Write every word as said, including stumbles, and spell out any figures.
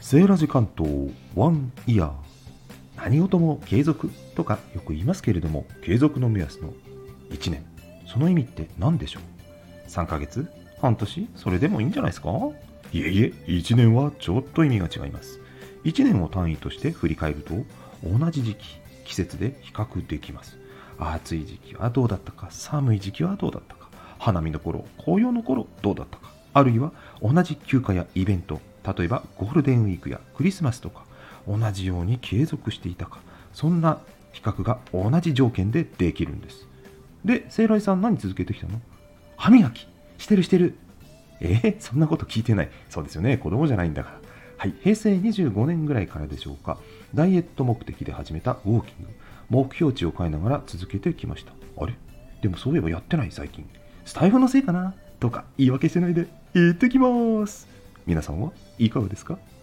セーラジ関東ワンイヤー。何事も継続とかよく言いますけれども、継続の目安のいちねん、その意味って何でしょう？ さん ヶ月、半年、それでもいいんじゃないですか？いえいえ、いちねんはちょっと意味が違います。いちねんを単位として振り返ると、同じ時期、季節で比較できます。暑い時期はどうだったか、寒い時期はどうだったか、花見の頃、紅葉の頃どうだったか、あるいは同じ休暇やイベント、例えばゴールデンウィークやクリスマスとか、同じように継続していたか、そんな比較が同じ条件でできるんです。で、セイライさん何続けてきたの？歯磨きしてるしてる。えー、そんなこと聞いてない。そうですよね、子供じゃないんだから。はい、へいせいにじゅうごねんぐらいからでしょうか、ダイエット目的で始めたウォーキング、目標値を変えながら続けてきました。あれ、でもそういえばやってない最近。スタイフのせいかなとか言い訳しないで行ってきます。皆さんはいかがですか？